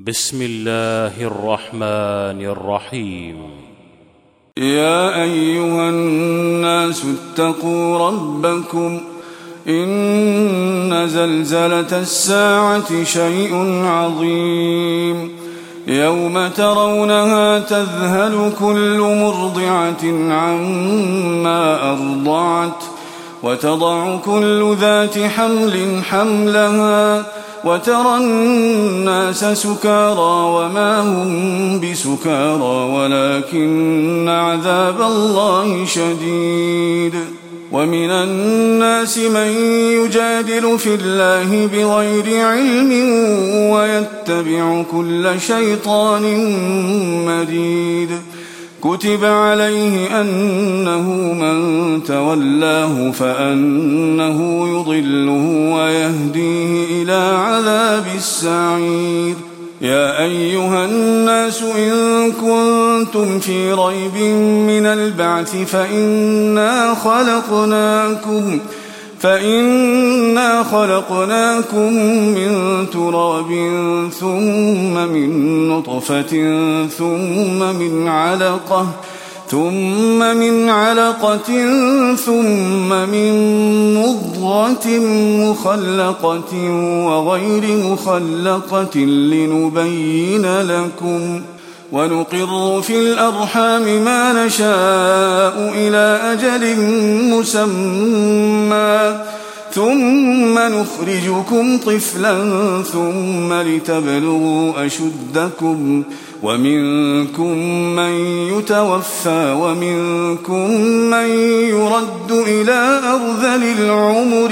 بسم الله الرحمن الرحيم. يا أيها الناس اتقوا ربكم إن زلزلة الساعة شيء عظيم يوم ترونها تذهل كل مرضعة عما أرضعت وتضع كل ذات حمل حملها وترى الناس سكارى وما هم بسكارى ولكن عذاب الله شديد. ومن الناس من يجادل في الله بغير علم ويتبع كل شيطان مريد. كتب عليه أنه من تولاه فأنه يضله ويهديه إلى عذاب السعير. يا أيها الناس إن كنتم في ريب من البعث فإنا خلقناكم من تراب ثم من نطفة ثم من علقة ثم من مضغة مخلقة وغير مخلقة لنبين لكم ونقر في الأرحام ما نشاء إلى أجل مسمى ثم نخرجكم طفلا ثم لتبلغوا أشدكم ومنكم من يتوفى ومنكم من يرد إلى أرذل العمر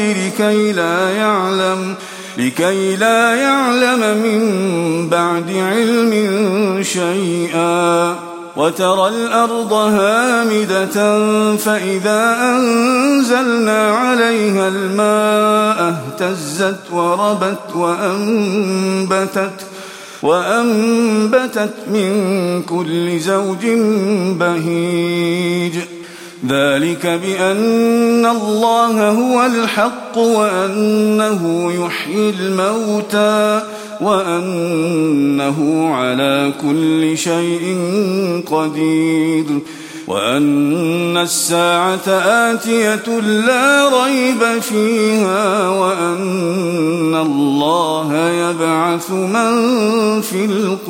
لكي لا يعلم من بعد علم شيئا. وترى الأرض هامدة فإذا أنزلنا عليها الماء اهتزت وربت وأنبتت من كل زوج بهيج. ذلك بأن الله هو الحق وأنه يحيي الموتى وأنه على كل شيء قدير وأن الساعة آتية لا ريب فيها وأن الله يبعث من في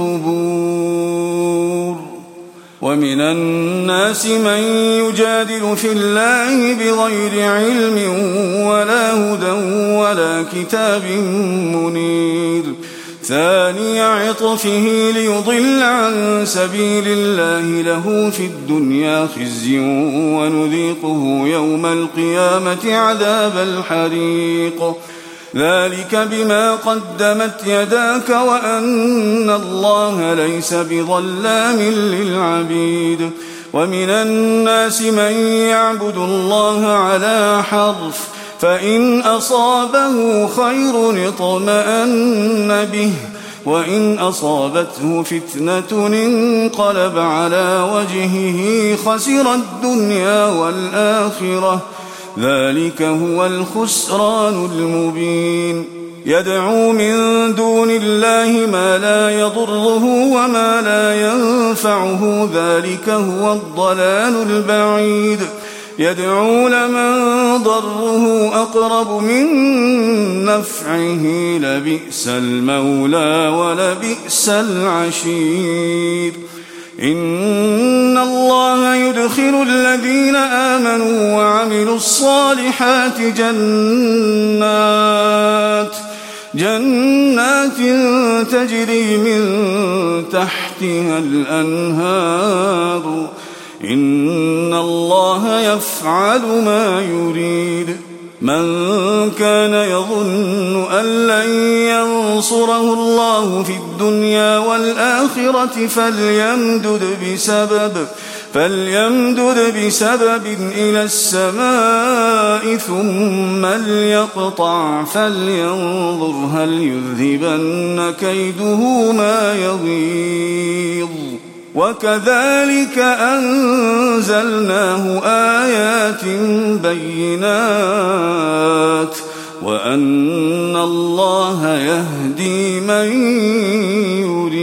القبور. ومن الناس من يجادل في الله بغير علم ولا هدى ولا كتاب منير. ثاني عطفه ليضل عن سبيل الله له في الدنيا خزي ونذيقه يوم القيامة عذاب الحريق. ذلك بما قدمت يداك وأن الله ليس بظلام للعبيد. ومن الناس من يعبد الله على حرف فإن أصابه خير اطمأن به وإن أصابته فتنة انقلب على وجهه خسر الدنيا والآخرة. ذلك هو الخسران المبين. يدعو من دون الله ما لا يضره وما لا ينفعه ذلك هو الضلال البعيد. يدعو لمن ضره أقرب من نفعه لبئس المولى ولبئس العشير. إن الله يدخل الذين آمنوا وعملوا الصالحات جنات تجري من تحتها الأنهار. إن الله يفعل ما يريد. من كان يظن أن لن ينصره الله في الدنيا والآخرة فليمدد بسبب إلى السماء ثم ليقطع فلينظر هل يذهبن كيده ما يغيظ. وكذلك أنزلناه آيات بينات وأن الله يهدي من يريد.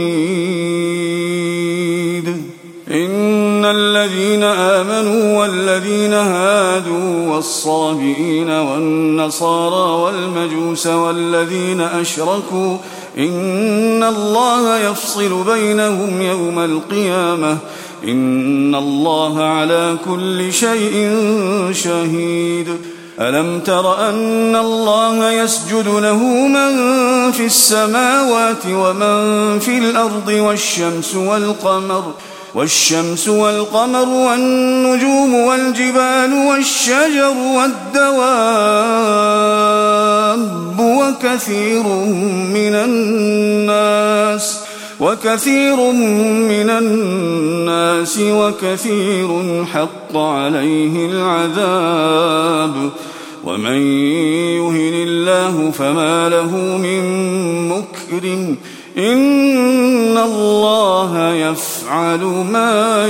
والصابئين والنصارى والمجوس والذين أشركوا إن الله يفصل بينهم يوم القيامة إن الله على كل شيء شهيد. ألم تر أن الله يسجد له من في السماوات ومن في الأرض والشمس والقمر والنجوم والجبال والشجر والدواب وكثير من الناس وكثير حق عليه العذاب ومن يهن الله فما له من مكرم إن الله يفعل ما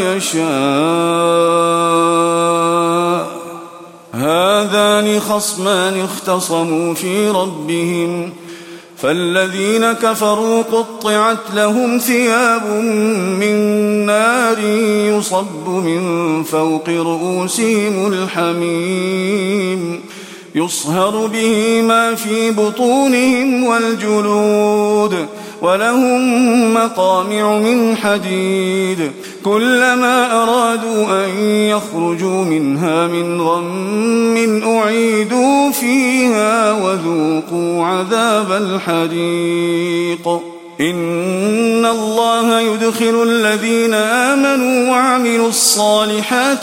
يشاء. هذان خصمان اختصموا في ربهم فالذين كفروا قطعت لهم ثياب من نار يصب من فوق رؤوسهم الحميم يصهر به ما في بطونهم والجلود ولهم مقامع من حديد كلما أرادوا أن يخرجوا منها من غم أعيدوا فيها وذوقوا عذاب الحريق. إن الله يدخل الذين آمنوا وعملوا الصالحات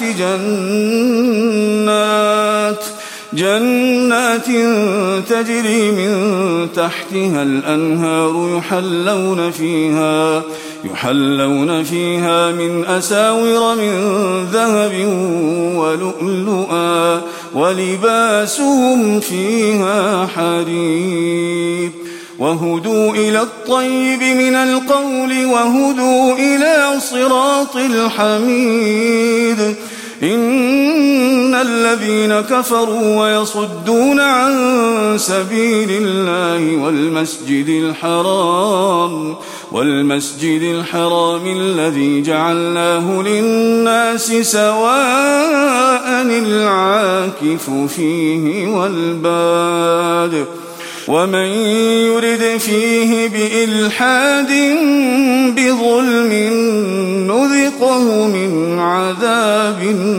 جنات تجري من تحتها الأنهار يحلون فيها من أساور من ذهب ولؤلؤا ولباسهم فيها حرير وهدوا إلى الطيب من القول وهدوا إلى صراط الحميد. إن الذين كفروا ويصدون عن سبيل الله والمسجد الحرام الذي جعلناه للناس سواء العاكف فيه والباد ومن يرد فيه بإلحاد بظلم نذقه من عذاب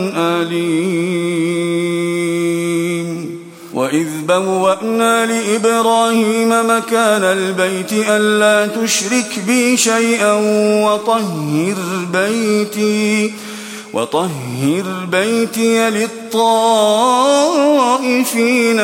أليم. وإذ بوأنا لإبراهيم مكان البيت ألا تشرك بي شيئا وطهر بيتي للطائفين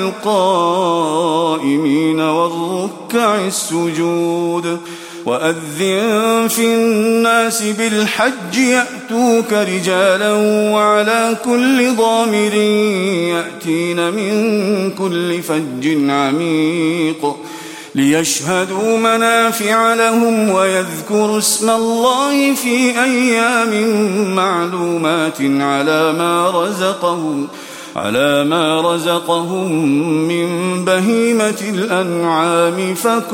والقائمين والركع السجود وأذن في الناس بالحج يأتوك رجالا وعلى كل ضامر يأتين من كل فج عميق ليشهدوا منافع لهم ويذكروا اسم الله في أيام معلومات على ما رزقهم من بهيمة الأنعام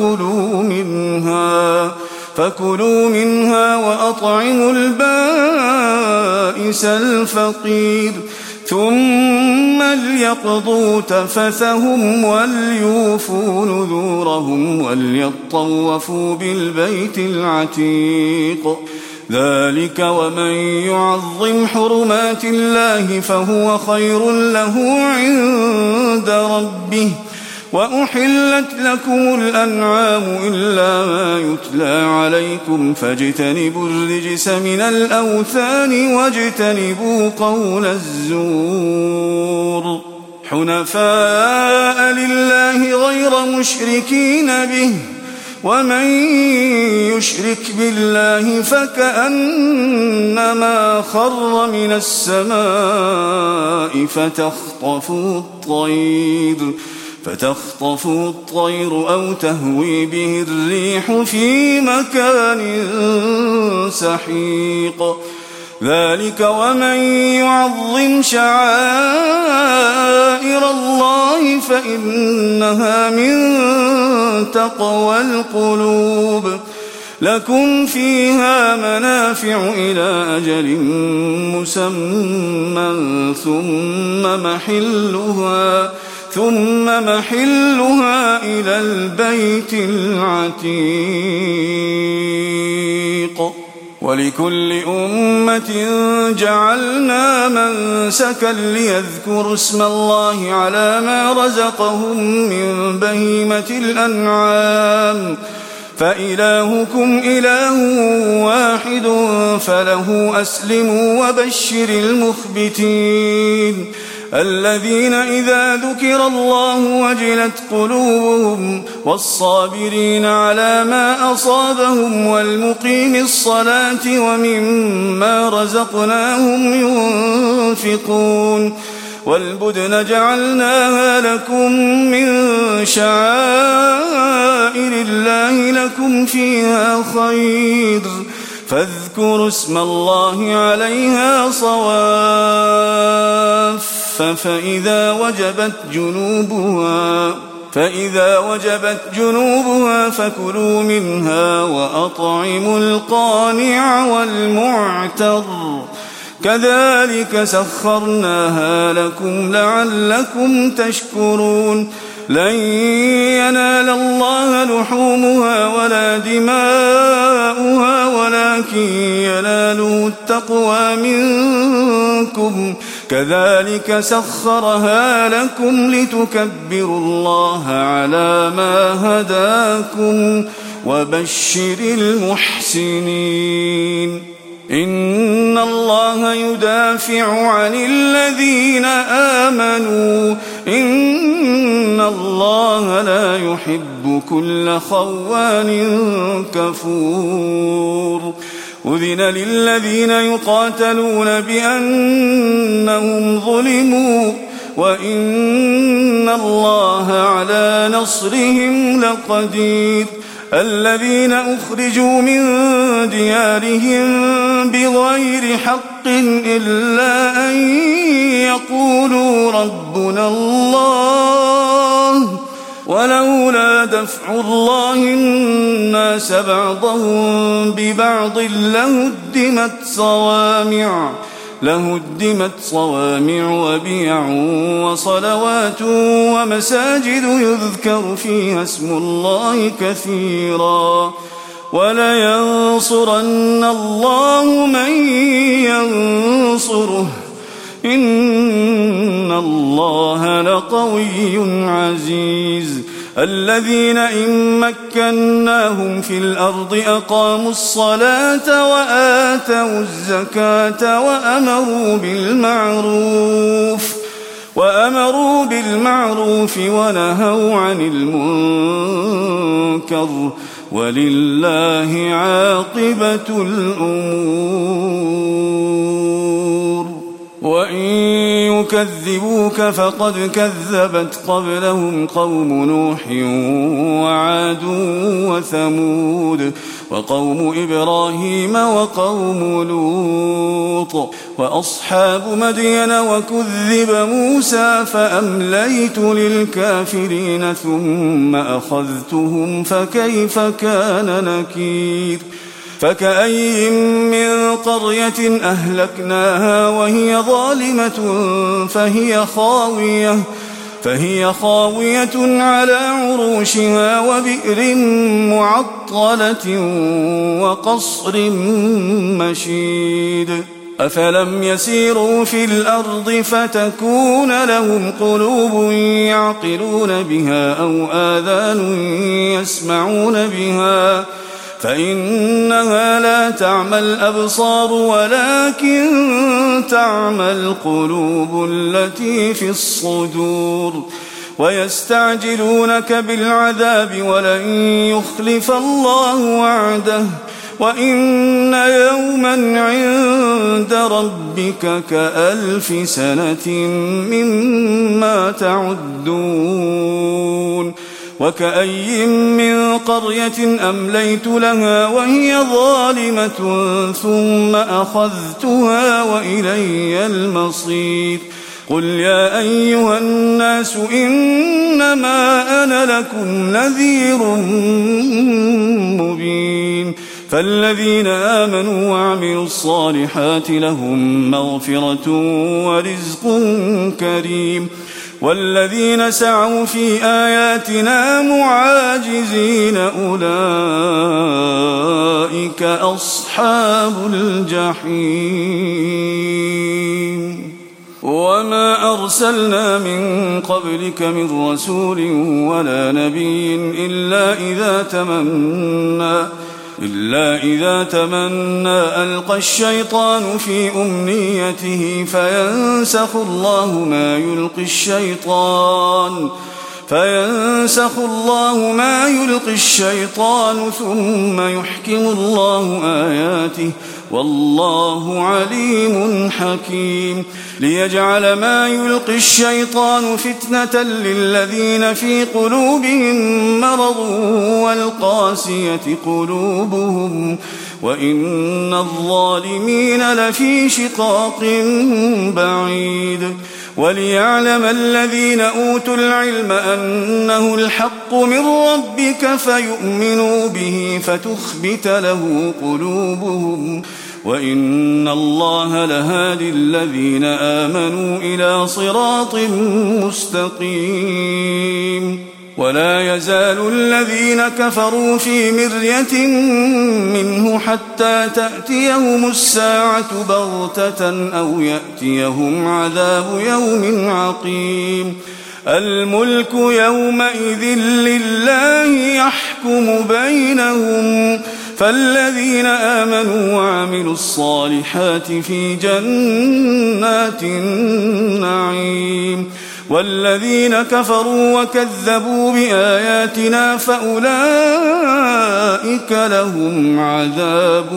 فكلوا منها وأطعموا البائس الفقير ثم ليقضوا تفثهم وليوفوا نذورهم وليطوفوا بالبيت العتيق. ذلك ومن يعظم حرمات الله فهو خير له عند ربه. وأحلت لكم الأنعام إلا ما يتلى عليكم فاجتنبوا الرجس من الأوثان واجتنبوا قول الزور حنفاء لله غير مشركين به ومن يشرك بالله فكأنما خر من السماء فتخطفه الطير أو تهوي به الريح في مكان سحيق. ذلك ومن يعظم شعائر الله فإنها من تقوى القلوب. لكم فيها منافع إلى أجل مسمى ثم محلها إلى البيت العتيق. ولكل أمة جعلنا منسكا ليذكروا اسم الله على ما رزقهم من بهيمة الأنعام، فإلهكم إله واحد فله أسلموا وبشر المخبتين الذين إذا ذكر الله وجلت قلوبهم والصابرين على ما أصابهم والمقيم الصلاة ومما رزقناهم ينفقون. والبدن جعلناها لكم من شعائر الله لكم فيها خير فاذكروا اسم الله عليها صواف فإذا وجبت جنوبها فكلوا منها وأطعموا القانع والمعتر كذلك سخرناها لكم لعلكم تشكرون. لن ينال الله لحومها ولا دماؤها ولكن يناله التقوى منكم كذلك سخرها لكم لتكبروا الله على ما هداكم وبشر المحسنين. إن الله يدافع عن الذين آمنوا إن الله لا يحب كل خوان كفور. أذن للذين يقاتلون بأنهم ظلموا وإن الله على نصرهم لقدير. الذين أخرجوا من ديارهم بغير حق إلا أن يقولوا ربنا الله ولولا دفع الله الناس بعضهم ببعض لهدمت صوامع وبيع وصلوات ومساجد يذكر فيها اسم الله كثيرا ولينصرن الله من ينصره إن الله لقوي عزيز. الذين إن مكناهم في الأرض أقاموا الصلاة وآتوا الزكاة وأمروا بالمعروف ونهوا عن المنكر ولله عاقبة الأمور. وإن يكذبوك فقد كذبت قبلهم قوم نوح وعاد وثمود وقوم إبراهيم وقوم لوط وأصحاب مدين وكذب موسى فأمليت للكافرين ثم أخذتهم فكيف كان نكير. فكأي من قرية أهلكناها وهي ظالمة فهي خاوية على عروشها وبئر معطلة وقصر مشيد. أفلم يسيروا في الأرض فتكون لهم قلوب يعقلون بها أو آذان يسمعون بها فإنها لا تعمى الأبصار ولكن تعمى القلوب التي في الصدور. ويستعجلونك بالعذاب ولن يخلف الله وعده وإن يوما عند ربك كألف سنة مما تعدون. وكأي من قرية أمليت لها وهي ظالمة ثم أخذتها وإلي المصير. قل يا أيها الناس إنما أنا لكم نذير مبين. فالذين آمنوا وعملوا الصالحات لهم مغفرة ورزق كريم والذين سعوا في آياتنا معاجزين أولئك أصحاب الجحيم وما أرسلنا من قبلك من رسول ولا نبي إلا إذا تمنى ألقى الشيطان في أمنيته فينسخ الله ما يلقي الشيطان ثم يحكم الله آياته والله عليم حكيم ليجعل ما يلقي الشيطان فتنة للذين في قلوبهم مرض والقاسية قلوبهم وإن الظالمين لفي شقاق بعيد وليعلم الذين أوتوا العلم أنه الحق من ربك فيؤمنوا به فتخبت له قلوبهم وإن الله لهادي الذين آمنوا إلى صراط مستقيم ولا يزال الذين كفروا في مرية منه حتى تأتيهم الساعة بغتة أو يأتيهم عذاب يوم عقيم الملك يومئذ لله يحكم بينهم فالذين آمنوا وعملوا الصالحات في جنات النعيم والذين كفروا وكذبوا بآياتنا فأولئك لهم عذاب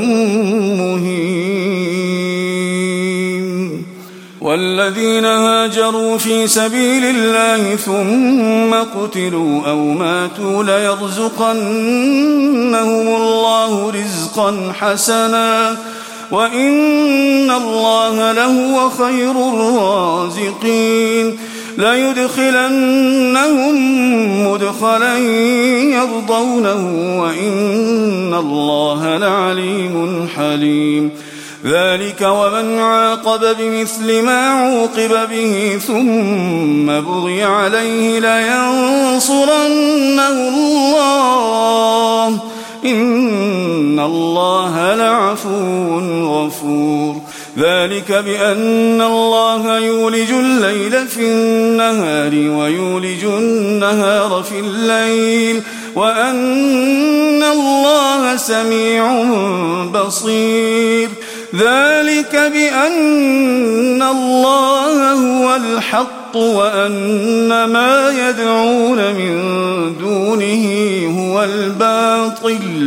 مهين والذين هاجروا في سبيل الله ثم قتلوا أو ماتوا ليرزقنهم الله رزقا حسنا وإن الله لهو خير الرازقين ليدخلنهم مدخلا يرضونه وإن الله لعليم حليم ذلك ومن عاقب بمثل ما عوقب به ثم بغي عليه لينصرنه الله إن الله لعفو غفور ذلك بأن الله يولج الليل في النهار ويولج النهار في الليل وأن الله سميع بصير ذلك بأن الله هو الحق وأن ما يدعون من دونه هو الباطل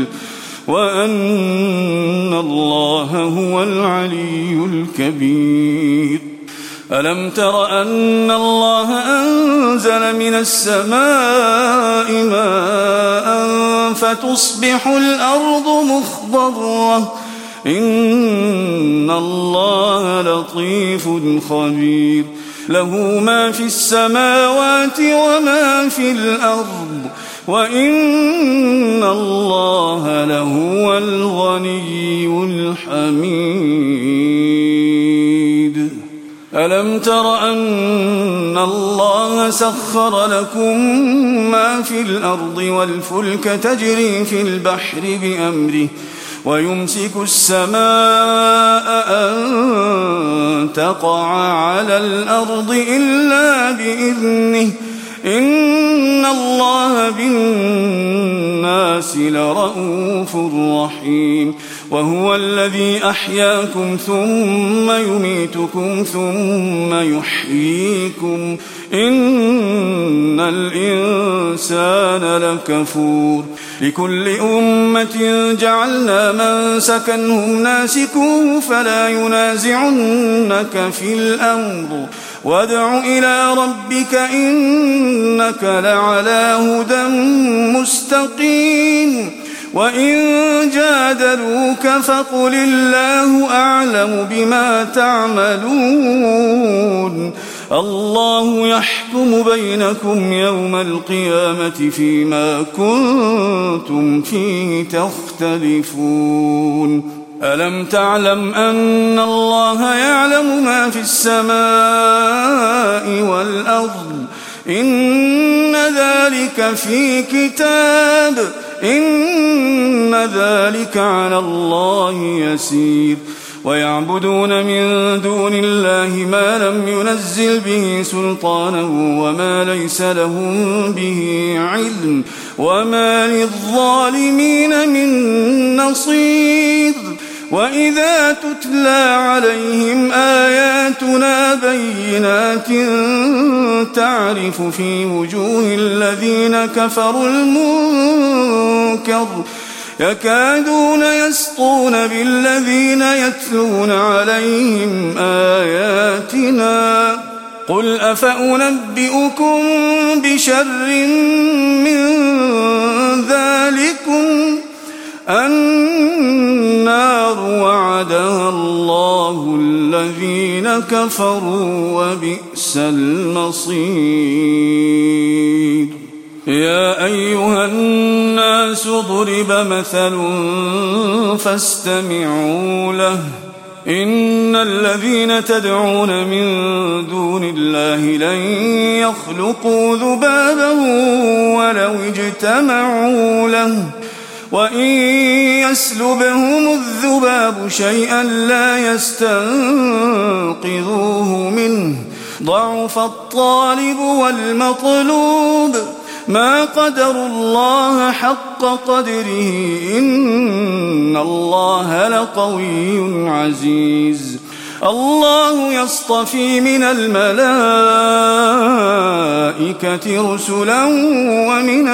وأن الله هو العلي الكبير ألم تر أن الله أنزل من السماء ماء فتصبح الأرض مخضرة إن الله لطيف خبير له ما في السماوات وما في الأرض وإن الله لهو الغني الحميد ألم تر أن الله سخر لكم ما في الأرض والفلك تجري في البحر بأمره ويمسك السماء أن تقع على الأرض إلا بإذنه إن الله بالناس لرءوف رحيم وهو الذي أحياكم ثم يميتكم ثم يحييكم إن الإنسان لكفور لكل أمة جعلنا منسكا هم ناسكوه فلا ينازعنك في الأمر وادع إلى ربك إنك لعلى هدى مستقيم وإن جادلوك فقل الله أعلم بما تعملون الله يحكم بينكم يوم القيامة فيما كنتم فيه تختلفون ألم تعلم أن الله يعلم ما في السماء والأرض إن ذلك في كتاب إن ذلك على الله يسير ويعبدون من دون الله ما لم ينزل به سلطانا وما ليس لهم به علم وما للظالمين من نصير وإذا تتلى عليهم آياتنا بينات تعرف في وجوه الذين كفروا المنكر يكادون يسطون بالذين يتلون عليهم آياتنا قل أفأنبئكم بشر من ذلكم النار وعدها الله الذين كفروا وبئس المصير يا أيها الناس ضرب مثل فاستمعوا له إن الذين تدعون من دون الله لن يخلقوا ذبابا ولو اجتمعوا له وإن يسلبهم الذباب شيئا لا يستنقذوه منه ضعف الطالب والمطلوب ما قدروا الله حق قدره إن الله لقوي عزيز الله يصطفي من الملائكة رسلا ومن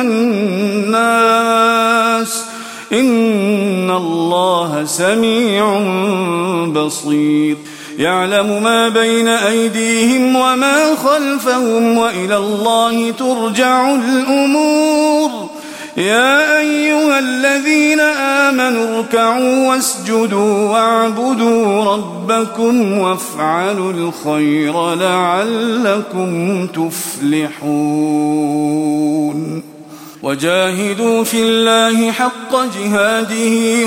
الناس إن الله سميع بصير يعلم ما بين أيديهم وما خلفهم وإلى الله ترجع الأمور يا أيها الذين آمنوا اركعوا واسجدوا واعبدوا ربكم وافعلوا الخير لعلكم تفلحون وجاهدوا في الله حق جهاده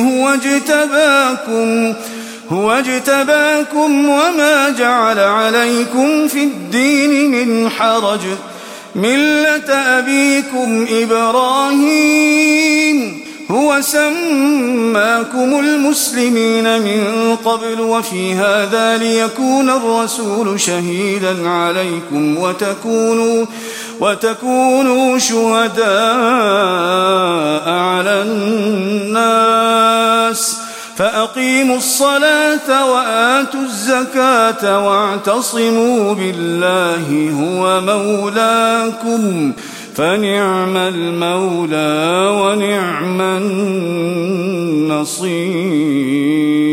هو اجتباكم وما جعل عليكم في الدين من حرج ملة أبيكم إبراهيم هو سماكم المسلمين من قبل وفي هذا ليكون الرسول شهيدا عليكم وتكونوا شهداء على الناس فأقيموا الصلاة وآتوا الزكاة واعتصموا بالله هو مولاكم فنعم المولى ونعم النصير